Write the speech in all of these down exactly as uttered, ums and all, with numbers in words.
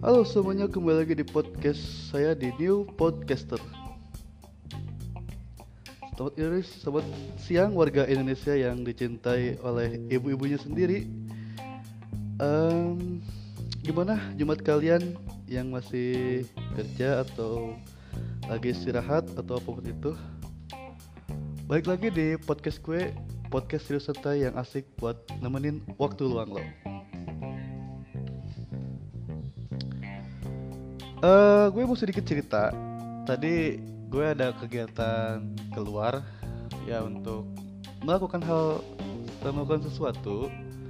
Halo semuanya, kembali lagi di podcast saya di New Podcaster. Selamat Iris, selamat siang warga Indonesia yang dicintai oleh ibu-ibunya sendiri. Em, Gimana Jumat kalian yang masih kerja atau lagi istirahat atau apapun itu? Balik lagi di podcast gue, podcast serius santai yang asik buat nemenin waktu luang lo. Eh, gue mau sedikit cerita. Tadi gue ada kegiatan keluar ya untuk melakukan hal melakukan sesuatu.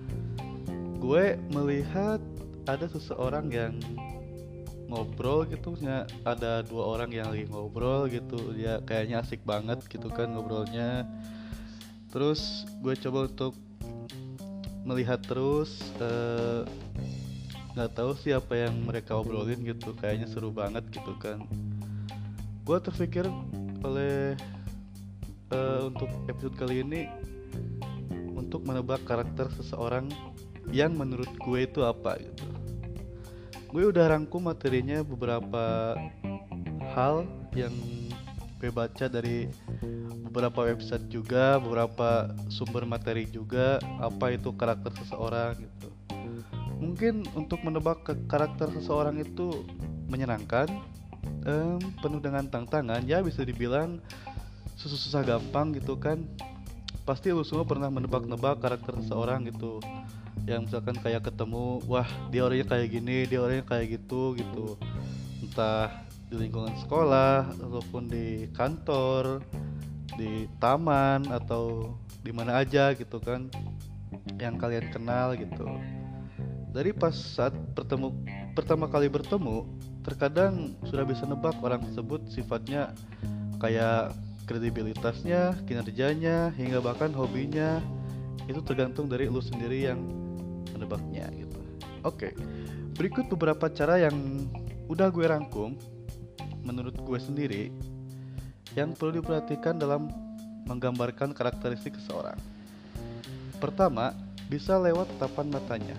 Gue melihat ada seseorang yang ngobrol gitu, ya, ada dua orang yang lagi ngobrol gitu. Ya kayaknya asik banget gitu kan ngobrolnya. Terus gue coba untuk melihat terus, eh, nggak tahu sih apa yang mereka obrolin gitu, kayaknya seru banget gitu kan. Gue terpikir oleh uh, untuk episode kali ini untuk menebak karakter seseorang yang menurut gue itu apa gitu. Gue udah rangkum materinya, beberapa hal yang gue baca dari beberapa website juga, beberapa sumber materi juga, apa itu karakter seseorang gitu. Mungkin untuk menebak ke karakter seseorang itu menyenangkan, em, penuh dengan tantangan, ya bisa dibilang susah-susah gampang gitu kan. Pasti lu semua pernah menebak-nebak karakter seseorang gitu. Yang misalkan kayak ketemu, wah dia orangnya kayak gini, dia orangnya kayak gitu gitu. Entah di lingkungan sekolah ataupun di kantor, di taman atau di mana aja gitu kan, yang kalian kenal gitu. Dari pas saat bertemu pertama kali bertemu, terkadang sudah bisa nebak orang tersebut sifatnya, kayak kredibilitasnya, kinerjanya, hingga bahkan hobinya. Itu tergantung dari lu sendiri yang menebaknya gitu. Oke, berikut beberapa cara yang udah gue rangkum menurut gue sendiri yang perlu diperhatikan dalam menggambarkan karakteristik seseorang. Pertama, bisa lewat tatapan matanya.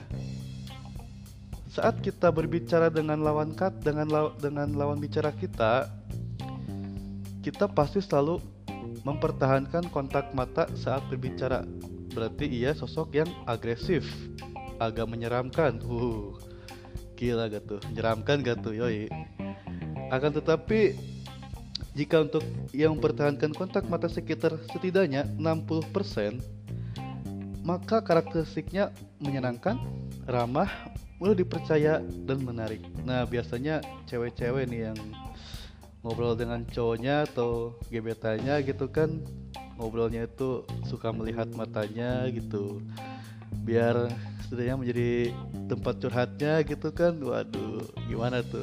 Saat kita berbicara dengan lawan kat dengan law, dengan lawan bicara kita, kita pasti selalu mempertahankan kontak mata saat berbicara. Berarti ia sosok yang agresif, agak menyeramkan. Uh, gila gak tuh? Menyeramkan gak tuh, yoi. Akan tetapi jika untuk ia mempertahankan kontak mata sekitar setidaknya enam puluh persen, maka karakteristiknya menyenangkan, ramah, mudah dipercaya, dan menarik. Nah biasanya cewek-cewek nih yang ngobrol dengan cowoknya atau gebetannya gitu kan, ngobrolnya itu suka melihat matanya gitu, biar setidaknya menjadi tempat curhatnya gitu kan. Waduh, gimana tuh?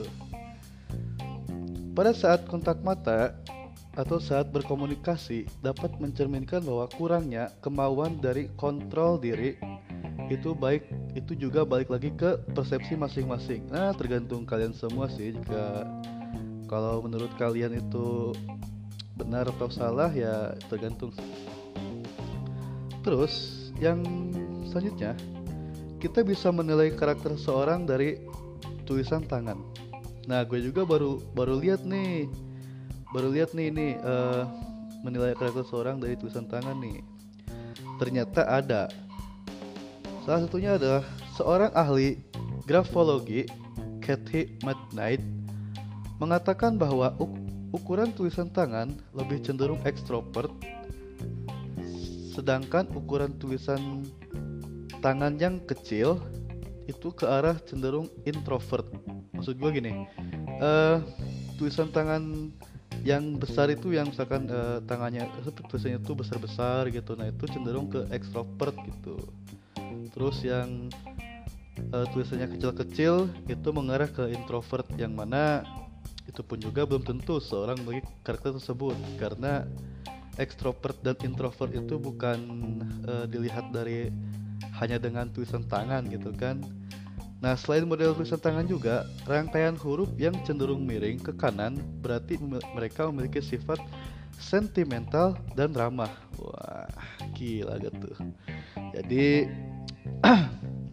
Pada saat kontak mata atau saat berkomunikasi dapat mencerminkan bahwa kurangnya kemauan dari kontrol diri. Itu baik, itu juga balik lagi ke persepsi masing-masing. Nah, tergantung kalian semua sih. Jika kalau menurut kalian itu benar atau salah ya tergantung. Terus yang selanjutnya, kita bisa menilai karakter seorang dari tulisan tangan. Nah, gue juga baru baru lihat nih, baru lihat nih ini uh, menilai karakter seorang dari tulisan tangan nih. Ternyata ada. Salah satunya adalah seorang ahli grafologi, Kathy McKnight, mengatakan bahwa uk- ukuran tulisan tangan lebih cenderung ekstrovert, sedangkan ukuran tulisan tangan yang kecil itu ke arah cenderung introvert. Maksud gue gini, uh, tulisan tangan yang besar itu yang misalkan uh, tangannya tulisannya itu besar-besar gitu, nah itu cenderung ke ekstrovert gitu. Terus yang uh, tulisannya kecil-kecil itu mengarah ke introvert, yang mana itu pun juga belum tentu seorang memiliki karakter tersebut, karena ekstrovert dan introvert itu bukan uh, dilihat dari hanya dengan tulisan tangan gitu kan. Nah, selain model tulisan tangan juga, rangkaian huruf yang cenderung miring ke kanan berarti mem- mereka memiliki sifat sentimental dan ramah. Wah, gila gitu. Jadi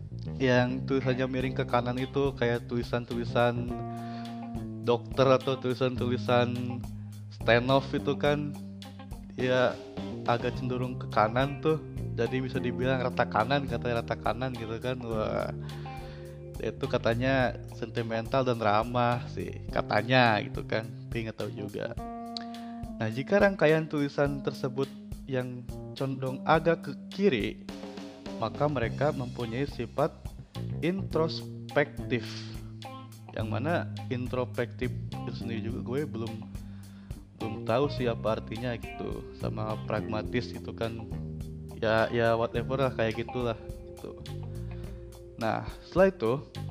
yang tulisannya miring ke kanan itu kayak tulisan-tulisan dokter atau tulisan-tulisan Stenov itu kan ya agak cenderung ke kanan tuh, jadi bisa dibilang rata kanan, katanya rata kanan gitu kan. Wah, itu katanya sentimental dan ramah sih katanya gitu kan, tapi nggak tahu juga. Nah, jika rangkaian tulisan tersebut yang condong agak ke kiri, maka mereka mempunyai sifat introspektif. Yang mana introspektif itu sendiri juga gue belum belum tahu sih apa artinya gitu. Sama pragmatis itu kan ya ya whatever lah, kayak gitulah gitu. Nah, setelah itu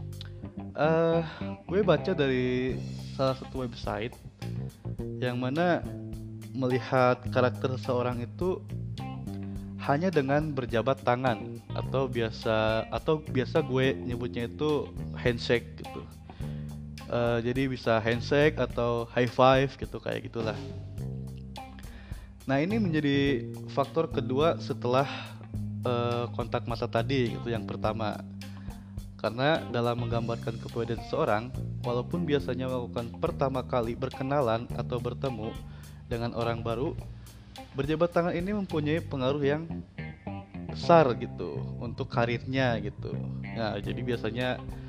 uh, gue baca dari salah satu website yang mana melihat karakter seseorang itu hanya dengan berjabat tangan atau biasa atau biasa gue nyebutnya itu handshake gitu. Uh, jadi bisa handshake atau high five gitu, kayak gitulah. Nah, ini menjadi faktor kedua setelah uh, kontak mata tadi gitu, yang pertama. Karena dalam menggambarkan kepribadian seseorang, walaupun biasanya melakukan pertama kali berkenalan atau bertemu dengan orang baru, berjabat tangan ini mempunyai pengaruh yang besar gitu untuk karirnya gitu. Nah, jadi biasanya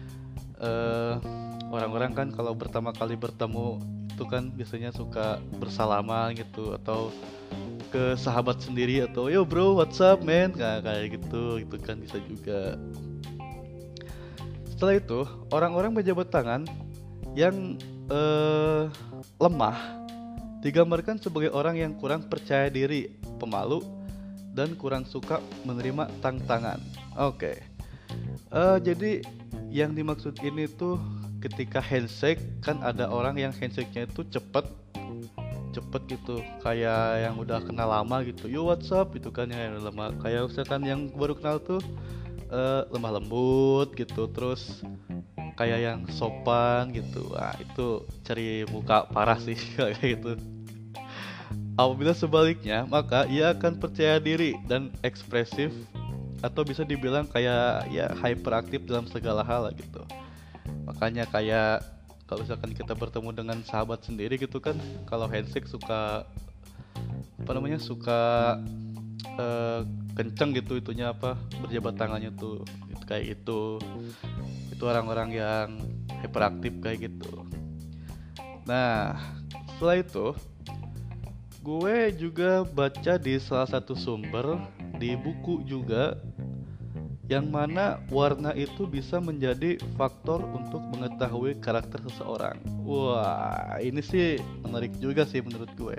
uh, orang-orang kan kalau pertama kali bertemu itu kan biasanya suka bersalaman gitu, atau ke sahabat sendiri, atau yo bro what's up man, nah, kayak gitu gitu kan bisa juga. Setelah itu orang-orang berjabat tangan yang uh, lemah digambarkan sebagai orang yang kurang percaya diri, pemalu, dan kurang suka menerima tantangan. Oke, okay. uh, jadi yang dimaksud ini tuh ketika handshake kan ada orang yang handshake-nya itu cepet cepet gitu, kayak yang udah kenal lama gitu, yo what's up itu kan, yang lama. Kayak misalkan yang baru kenal tuh uh, lemah lembut gitu, terus kayak yang sopan gitu. Wah, itu cari muka parah sih kayak gitu. Apabila sebaliknya, maka ia akan percaya diri dan ekspresif, atau bisa dibilang kayak ya hyperaktif dalam segala hal lah gitu. Makanya kayak kalau misalkan kita bertemu dengan sahabat sendiri gitu kan, kalau handshake suka apa namanya suka uh, kenceng gitu itunya apa berjabat tangannya tuh gitu, kayak itu itu orang-orang yang hyperaktif kayak gitu. Nah, setelah itu gue juga baca di salah satu sumber di buku juga, yang mana warna itu bisa menjadi faktor untuk mengetahui karakter seseorang. Wah, ini sih menarik juga sih menurut gue.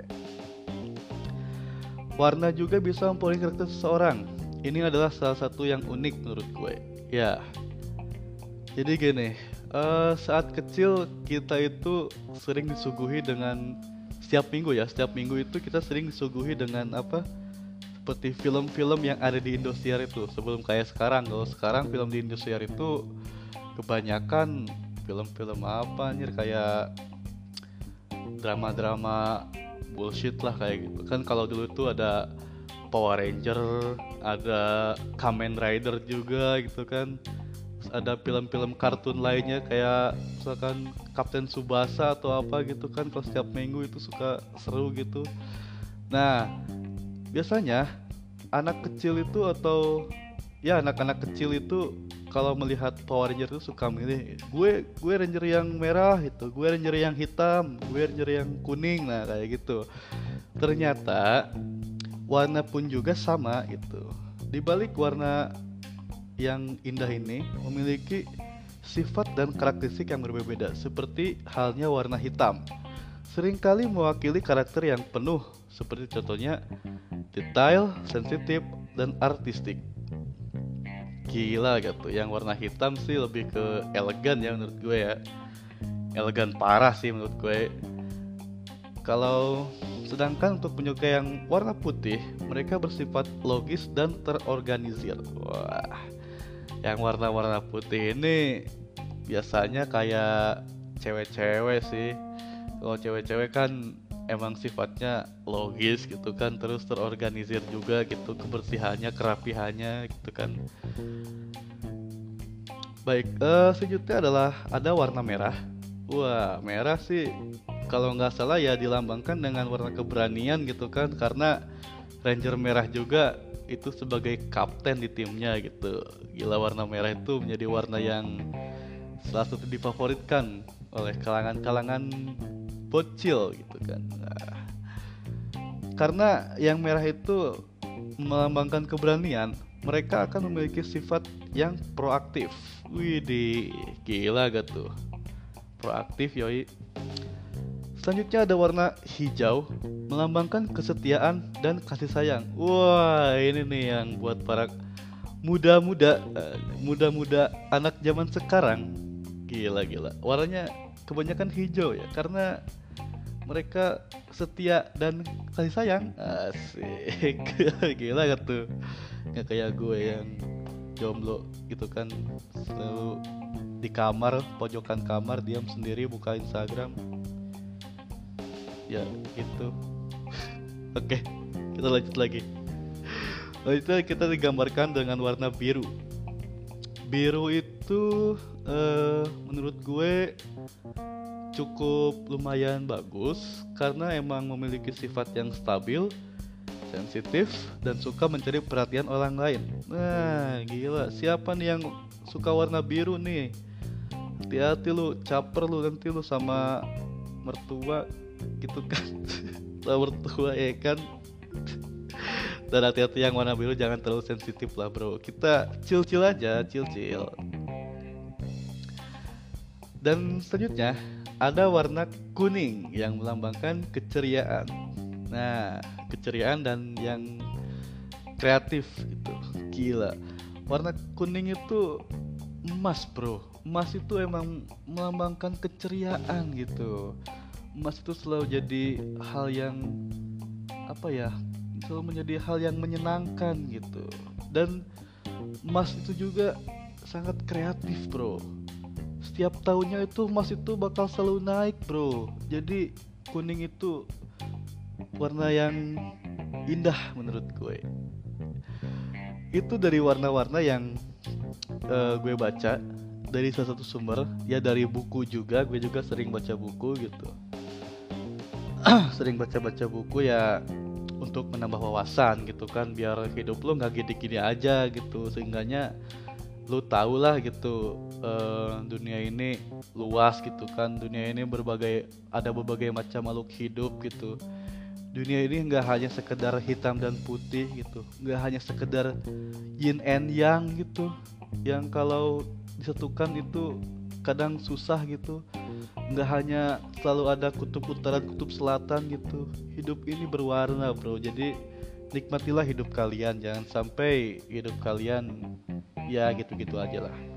Warna juga bisa mempengaruhi karakter seseorang. Ini adalah salah satu yang unik menurut gue. Ya, jadi gini, uh, saat kecil kita itu sering disuguhi dengan setiap minggu ya, setiap minggu itu kita sering disuguhi dengan apa? Seperti film-film yang ada di Indosiar itu. Sebelum kayak sekarang, kalau sekarang film di Indosiar itu kebanyakan film-film apa anjir, kayak drama-drama bullshit lah kayak gitu. Kan kalau dulu itu ada Power Ranger, ada Kamen Rider juga gitu kan. Terus ada film-film kartun lainnya kayak misalkan Kapten Tsubasa atau apa gitu kan, kalau setiap minggu itu suka seru gitu. Nah, biasanya anak kecil itu atau ya anak-anak kecil itu kalau melihat Power Ranger itu suka milih, gue gue Ranger yang merah itu, gue Ranger yang hitam, gue Ranger yang kuning, nah kayak gitu. Ternyata warna pun juga sama gitu. Di balik warna yang indah ini memiliki sifat dan karakteristik yang berbeda, seperti halnya warna hitam seringkali mewakili karakter yang penuh, seperti contohnya detail, sensitif, dan artistik. Gila gitu, yang warna hitam sih lebih ke elegan ya menurut gue ya. Elegan parah sih menurut gue. Kalau sedangkan untuk penyuka yang warna putih, mereka bersifat logis dan terorganisir. Wah, yang warna-warna putih ini biasanya kayak cewek-cewek sih. Kalau cewek-cewek kan emang sifatnya logis gitu kan, terus terorganisir juga gitu, kebersihannya, kerapihannya gitu kan. Baik, eh selanjutnya adalah ada warna merah. Wah, merah sih kalau nggak salah ya dilambangkan dengan warna keberanian gitu kan, karena Ranger merah juga itu sebagai kapten di timnya gitu. Gila, warna merah itu menjadi warna yang salah satu difavoritkan oleh kalangan-kalangan bocil gitu kan. Nah, karena yang merah itu melambangkan keberanian, mereka akan memiliki sifat yang proaktif. Widih, gila gak tuh? Proaktif yoi. Selanjutnya ada warna hijau, melambangkan kesetiaan dan kasih sayang. Wah, ini nih yang buat para muda-muda, eh, muda-muda anak zaman sekarang. Gila-gila. Warnanya kebanyakan hijau ya, karena mereka setia dan kasih sayang. Asik. Gila gak tuh? Nggak kayak gue yang jomblo gitu kan, selalu di kamar, pojokan kamar, diam sendiri buka Instagram. Ya gitu. Oke, kita lanjut lagi. Lanjutnya kita digambarkan dengan warna biru. Biru itu eh, menurut gue cukup lumayan bagus karena emang memiliki sifat yang stabil, sensitif, dan suka mencari perhatian orang lain. Nah, gila, siapa nih yang suka warna biru nih? Hati-hati lu, caper lu nanti lu sama mertua gitu kan. Sama mertua ya kan. Dan hati-hati yang warna biru, jangan terlalu sensitif lah bro. Kita chill-chill aja, chill-chill. Dan selanjutnya ada warna kuning yang melambangkan keceriaan. Nah, keceriaan dan yang kreatif gitu. Gila. Warna kuning itu emas, bro. Emas itu emang melambangkan keceriaan gitu. Emas itu selalu jadi hal yang apa ya? Selalu menjadi hal yang menyenangkan gitu. Dan emas itu juga sangat kreatif, bro. Setiap tahunnya itu emas itu bakal selalu naik, bro. Jadi kuning itu warna yang indah menurut gue. Itu dari warna-warna yang uh, gue baca dari salah satu sumber, ya dari buku juga. Gue juga sering baca buku gitu. Sering baca-baca buku ya untuk menambah wawasan gitu kan, biar hidup lo nggak gini-gini aja gitu. Seenggaknya lu tau lah gitu, uh, dunia ini luas gitu kan. Dunia ini berbagai, ada berbagai macam makhluk hidup gitu. Dunia ini nggak hanya sekedar hitam dan putih gitu, nggak hanya sekedar yin and yang gitu, yang kalau disatukan itu kadang susah gitu. Nggak hanya selalu ada kutub utara, kutub selatan gitu. Hidup ini berwarna, bro. Jadi nikmatilah hidup kalian, jangan sampai hidup kalian ya gitu-gitu aja lah.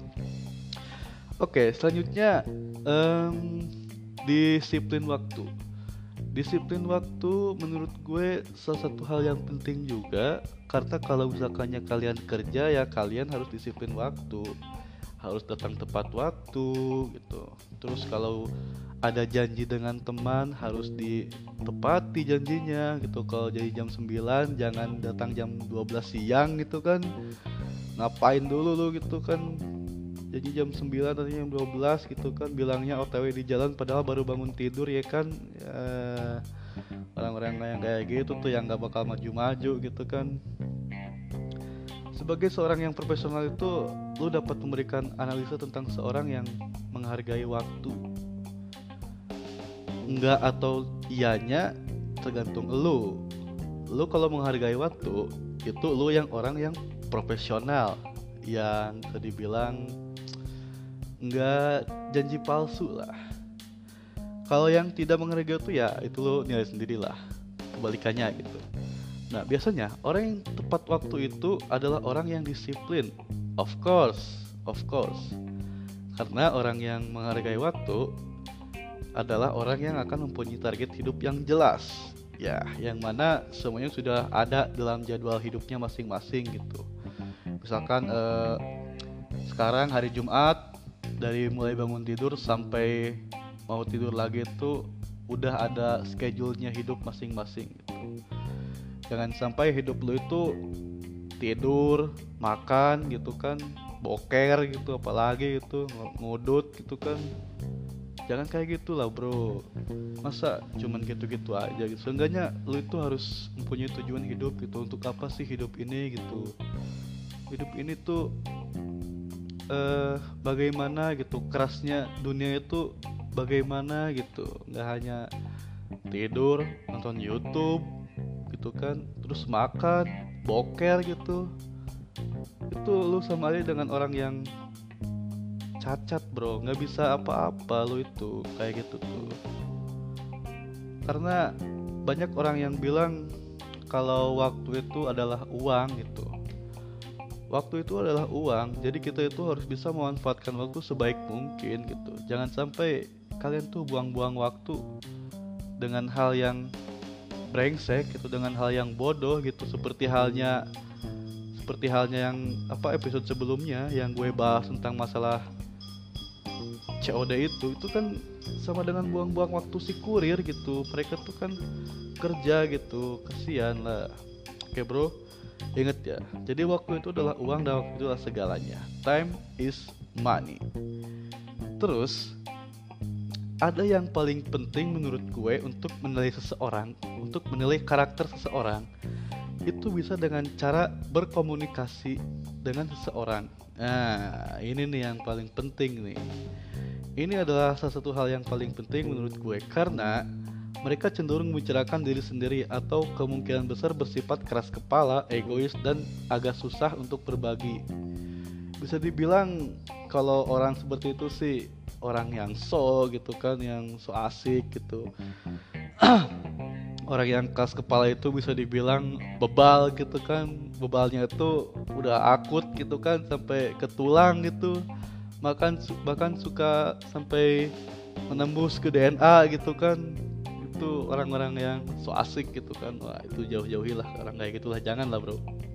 Oke, selanjutnya um, disiplin waktu. Disiplin waktu menurut gue salah satu hal yang penting juga, karena kalau misalkannya kalian kerja ya kalian harus disiplin waktu, harus datang tepat waktu gitu. Terus kalau ada janji dengan teman harus ditepati janjinya gitu. Kalau jadi jam sembilan jangan datang jam dua belas siang gitu kan. Ngapain dulu lu gitu kan, jadi jam sembilan atau jam dua belas gitu kan, bilangnya O T W di jalan padahal baru bangun tidur ya kan. Ya, orang-orang yang kayak gitu tuh yang gak bakal maju-maju gitu kan. Sebagai seorang yang profesional itu lu dapat memberikan analisa tentang seorang yang menghargai waktu. Enggak atau iyanya tergantung lu. Lu kalau menghargai waktu itu lu yang orang yang profesional, yang bisa dibilang nggak janji palsu lah. Kalau yang tidak menghargai itu ya itu lo nilai sendirilah, kebalikannya gitu. Nah biasanya orang yang tepat waktu itu adalah orang yang disiplin. Of course, of course. Karena orang yang menghargai waktu adalah orang yang akan mempunyai target hidup yang jelas. Ya, yang mana semuanya sudah ada dalam jadwal hidupnya masing-masing gitu. Misalkan eh, sekarang hari Jumat, dari mulai bangun tidur sampai mau tidur lagi itu udah ada schedule-nya hidup masing-masing gitu. Jangan sampai hidup lu itu tidur, makan gitu kan, boker gitu, apalagi gitu ngudut gitu kan. Jangan kayak gitu lah bro. Masa cuman gitu-gitu aja gitu. Seenggaknya lu itu harus mempunyai tujuan hidup gitu. Untuk apa sih hidup ini gitu. Hidup ini tuh eh bagaimana gitu, kerasnya dunia itu bagaimana gitu. Nggak hanya tidur, nonton YouTube gitu kan, terus makan, boker gitu. Itu lu sama aja dengan orang yang cacat bro, nggak bisa apa-apa lu itu kayak gitu tuh. Karena banyak orang yang bilang kalau waktu itu adalah uang gitu. Waktu itu adalah uang, jadi kita itu harus bisa memanfaatkan waktu sebaik mungkin gitu. Jangan sampai kalian tuh buang-buang waktu dengan hal yang brengsek gitu, dengan hal yang bodoh gitu, seperti halnya seperti halnya yang apa episode sebelumnya yang gue bahas tentang masalah C O D itu itu kan sama dengan buang-buang waktu si kurir gitu. Mereka tuh kan kerja gitu, kasihan lah. Oke bro, inget ya, jadi waktu itu adalah uang dan waktu itu adalah segalanya. Time is money. Terus ada yang paling penting menurut gue untuk menilai seseorang, untuk menilai karakter seseorang, itu bisa dengan cara berkomunikasi dengan seseorang. Nah, ini nih yang paling penting nih. Ini adalah salah satu hal yang paling penting menurut gue, karena mereka cenderung membicarakan diri sendiri atau kemungkinan besar bersifat keras kepala, egois, dan agak susah untuk berbagi. Bisa dibilang kalau orang seperti itu sih orang yang so gitu kan, yang so asik gitu. Orang yang keras kepala itu bisa dibilang bebal gitu kan. Bebalnya itu udah akut gitu kan, sampai ke tulang gitu. Bahkan bahkan suka sampai menembus ke D N A gitu kan. Itu orang-orang yang so asik gitu kan. Wah, itu jauh-jauhilah orang kayak gitulah, janganlah bro.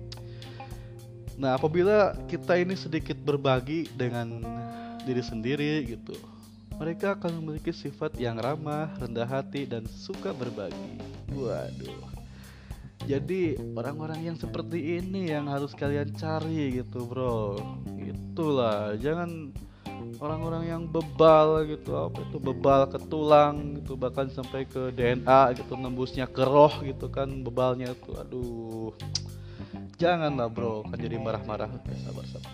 Nah, apabila kita ini sedikit berbagi dengan diri sendiri gitu, mereka akan memiliki sifat yang ramah, rendah hati, dan suka berbagi. Waduh. Jadi orang-orang yang seperti ini yang harus kalian cari gitu bro. Itulah, jangan orang-orang yang bebal gitu. Apa itu bebal ke tulang gitu, bahkan sampai ke D N A gitu, nembusnya ke roh gitu kan bebalnya itu. Aduh, janganlah bro, kan jadi marah-marah. Oke, sabar-sabar.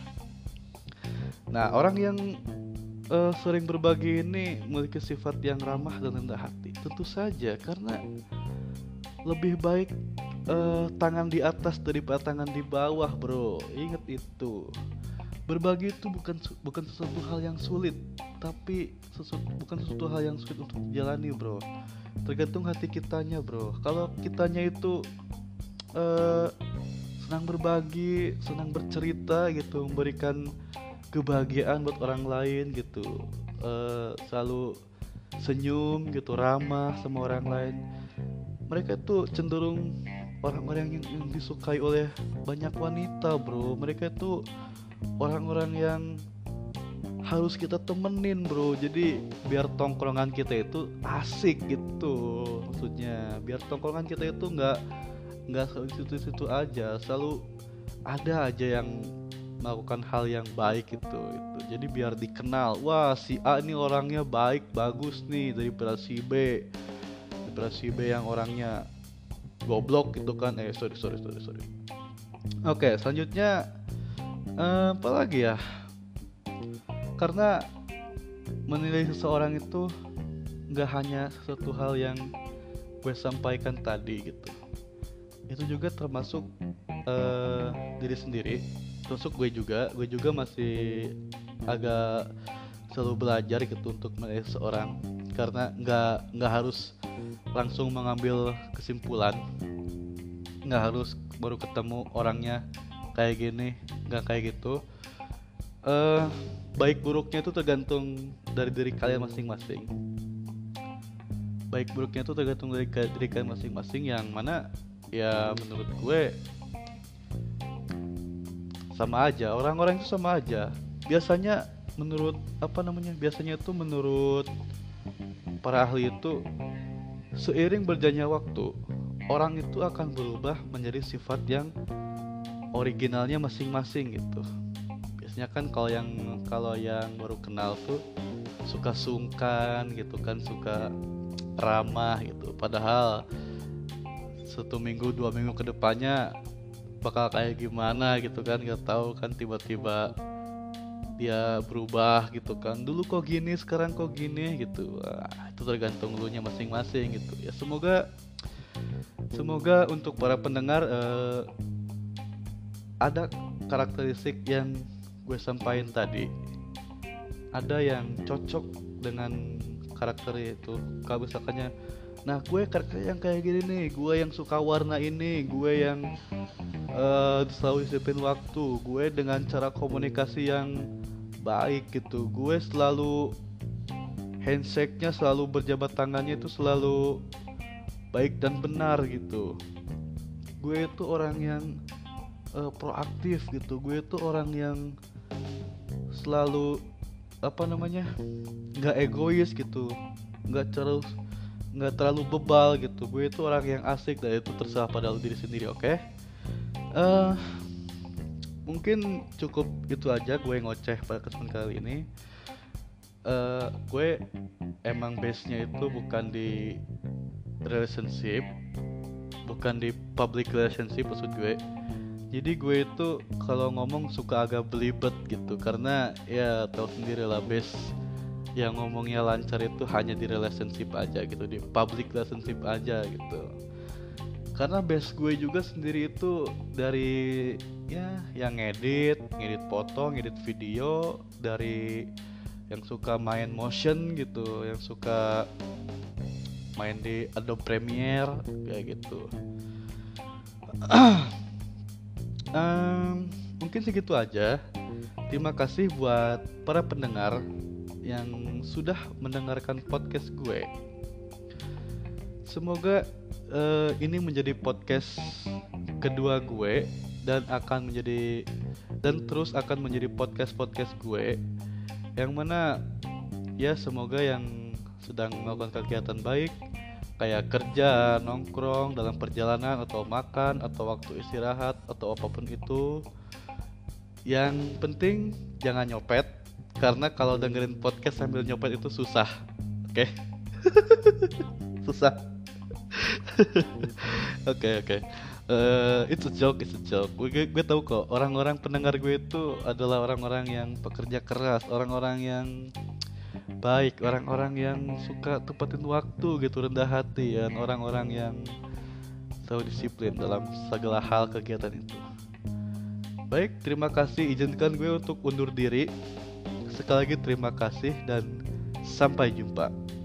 Nah, orang yang uh, sering berbagi ini memiliki sifat yang ramah dan rendah hati. Tentu saja, karena lebih baik uh, tangan di atas daripada tangan di bawah, bro. Ingat itu. Berbagi itu bukan bukan sesuatu hal yang sulit, tapi sesuatu, bukan sesuatu hal yang sulit untuk dijalani, bro. Tergantung hati kitanya, bro. Kalau kitanya itu uh, senang berbagi, senang bercerita gitu, memberikan kebahagiaan buat orang lain gitu, uh, selalu senyum gitu, ramah sama orang lain, mereka tuh cenderung orang-orang yang, yang disukai oleh banyak wanita, bro. Mereka tuh orang-orang yang harus kita temenin, bro. Jadi biar tongkrongan kita itu asik gitu, maksudnya biar tongkrongan kita itu nggak nggak selalu situ-situ aja, selalu ada aja yang melakukan hal yang baik gitu, itu. Jadi biar dikenal, wah si A ini orangnya baik, bagus nih, daripada si B, daripada si B yang orangnya goblok gitu kan. Eh sorry sorry sorry sorry. Oke, selanjutnya eh, apa lagi ya? Karena menilai seseorang itu nggak hanya sesuatu hal yang gue sampaikan tadi gitu. Itu juga termasuk eh, diri sendiri. Termasuk gue juga, gue juga masih agak selalu belajar gitu untuk menilai seseorang, karena nggak nggak harus langsung mengambil kesimpulan, nggak harus baru ketemu orangnya kayak gini, nggak kayak gitu. Uh, baik buruknya itu tergantung dari diri kalian masing-masing. Baik buruknya itu tergantung dari diri kalian masing-masing, yang mana ya menurut gue sama aja, orang-orang itu sama aja. Biasanya menurut apa namanya? Biasanya itu menurut para ahli itu, seiring berjalannya waktu, orang itu akan berubah menjadi sifat yang originalnya masing-masing gitu. biasanya kan kalau yang kalau yang baru kenal tuh suka sungkan gitu kan, suka ramah gitu, padahal satu minggu dua minggu ke depannya bakal kayak gimana gitu kan, nggak tahu kan, tiba-tiba dia berubah gitu kan, dulu kok gini sekarang kok gini gitu. Wah, itu tergantung lu nya masing-masing gitu ya. Semoga semoga untuk para pendengar eh, ada karakteristik yang gue sampaikan tadi, ada yang cocok dengan karakter itu. Kalau misalkannya, nah gue karakter yang kayak gini nih, gue yang suka warna ini, gue yang uh, selalu disiplin waktu, gue dengan cara komunikasi yang baik gitu, gue selalu handshake-nya, selalu berjabat tangannya itu selalu baik dan benar gitu. Gue itu orang yang uh, proaktif gitu, gue itu orang yang selalu apa namanya, nggak egois gitu, nggak terlalu nggak terlalu bebal gitu. Gue itu orang yang asik, dan itu terserah pada diri sendiri. Oke, okay? uh, mungkin cukup itu aja gue ngoceh pada kesempatan kali ini. uh, gue emang base nya itu bukan di relationship, bukan di public relationship maksud gue. Jadi gue itu kalau ngomong suka agak belibet gitu, karena ya tahu sendiri lah, base yang ngomongnya lancar itu hanya di relationship aja gitu, di public relationship aja gitu. Karena base gue juga sendiri itu dari ya yang ngedit, ngedit foto, ngedit video, dari yang suka main motion gitu, yang suka main di Adobe Premiere kayak gitu. Um, mungkin segitu aja. Terima kasih buat para pendengar yang sudah mendengarkan podcast gue. Semoga uh, ini menjadi podcast kedua gue, dan akan menjadi dan terus akan menjadi podcast-podcast gue, yang mana ya semoga yang sedang melakukan kegiatan baik kayak kerja, nongkrong, dalam perjalanan, atau makan, atau waktu istirahat, atau apapun itu, yang penting jangan nyopet, karena kalau dengerin podcast sambil nyopet itu susah. Oke, okay? Susah. Oke oke, uh, it's a joke, it's a joke. Gue, gue tahu kok, orang-orang pendengar gue itu adalah orang-orang yang pekerja keras, orang-orang yang baik, orang-orang yang suka tepatin waktu gitu, rendah hati, dan orang-orang yang selalu disiplin dalam segala hal kegiatan itu. Baik, terima kasih. Izinkan gue untuk undur diri. Sekali lagi terima kasih dan sampai jumpa.